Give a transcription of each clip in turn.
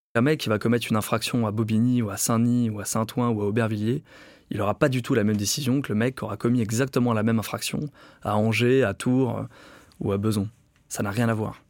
Un mec qui va commettre une infraction à Bobigny ou à Saint-Denis ou à Saint-Ouen ou à Aubervilliers, il n'aura pas du tout la même décision que le mec qui aura commis exactement la même infraction à Angers, à Tours ou à Besançon. Ça n'a rien à voir.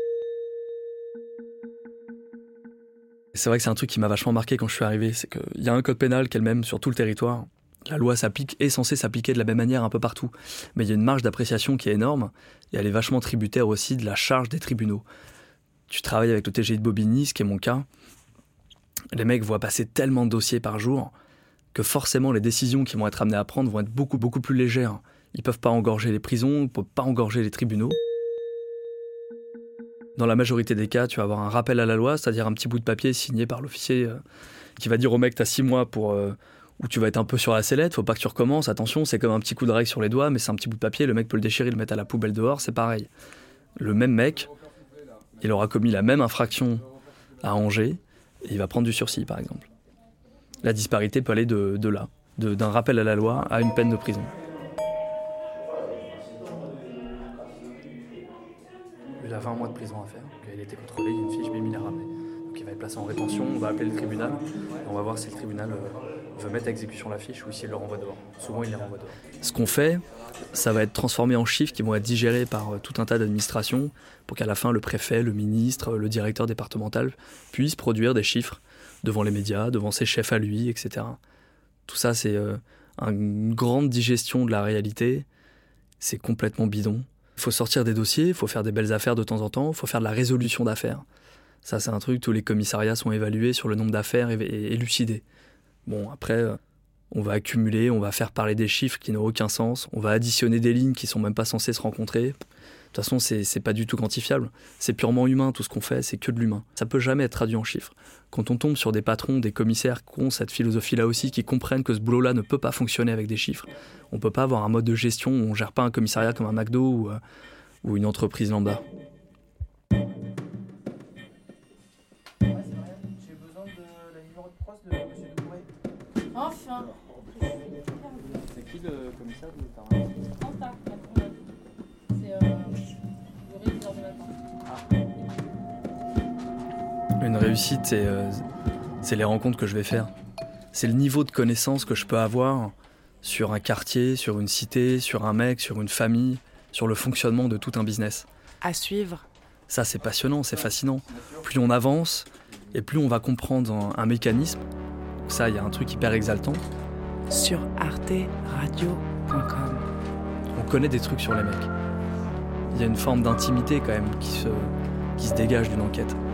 C'est vrai que c'est un truc qui m'a vachement marqué quand je suis arrivé, c'est qu'il y a un code pénal qui est le même sur tout le territoire. La loi est censée s'appliquer de la même manière un peu partout. Mais il y a une marge d'appréciation qui est énorme et elle est vachement tributaire aussi de la charge des tribunaux. Tu travailles avec le TGI de Bobigny, ce qui est mon cas. Les mecs voient passer tellement de dossiers par jour que forcément les décisions qu'ils vont être amenés à prendre vont être beaucoup, beaucoup plus légères. Ils ne peuvent pas engorger les prisons, ils ne peuvent pas engorger les tribunaux. Dans la majorité des cas, tu vas avoir un rappel à la loi, c'est-à-dire un petit bout de papier signé par l'officier qui va dire au mec, t'as 6 mois où tu vas être un peu sur la sellette, faut pas que tu recommences, attention, c'est comme un petit coup de règle sur les doigts, mais c'est un petit bout de papier, le mec peut le déchirer, le mettre à la poubelle dehors, c'est pareil. Le même mec, il aura commis la même infraction à Angers, et il va prendre du sursis, par exemple. La disparité peut aller de là, d'un rappel à la loi à une peine de prison. Il a 20 mois de prison à faire, donc il a été contrôlé, il y a une fiche, mais il l'a ramené. Donc il va être placé en rétention, on va appeler le tribunal, et on va voir si le tribunal veut mettre à exécution la fiche ou s'il le renvoie dehors. Souvent, il les renvoie dehors. Ce qu'on fait, ça va être transformé en chiffres qui vont être digérés par tout un tas d'administrations pour qu'à la fin, le préfet, le ministre, le directeur départemental puissent produire des chiffres devant les médias, devant ses chefs à lui, etc. Tout ça, c'est une grande digestion de la réalité. C'est complètement bidon. Il faut sortir des dossiers, il faut faire des belles affaires de temps en temps, il faut faire de la résolution d'affaires. Ça, c'est un truc, tous les commissariats sont évalués sur le nombre d'affaires et élucidés. Bon, après, on va accumuler, on va faire parler des chiffres qui n'ont aucun sens, on va additionner des lignes qui sont même pas censées se rencontrer. De toute façon, c'est pas du tout quantifiable. C'est purement humain, tout ce qu'on fait, c'est que de l'humain. Ça peut jamais être traduit en chiffres. Quand on tombe sur des patrons, des commissaires qui ont cette philosophie-là aussi, qui comprennent que ce boulot-là ne peut pas fonctionner avec des chiffres, on peut pas avoir un mode de gestion où on gère pas un commissariat comme un McDo ou une entreprise lambda. Enfin. C'est qui le commissaire de l'État ? Anta, la promenade. C'est le réviseur de matin. Une réussite, c'est les rencontres que je vais faire. C'est le niveau de connaissance que je peux avoir sur un quartier, sur une cité, sur un mec, sur une famille, sur le fonctionnement de tout un business. À suivre. Ça, c'est passionnant, c'est fascinant. Plus on avance, et plus on va comprendre un mécanisme. Ça, il y a un truc hyper exaltant. Sur arteradio.com. On connaît des trucs sur les mecs. Il y a une forme d'intimité quand même qui se dégage d'une enquête.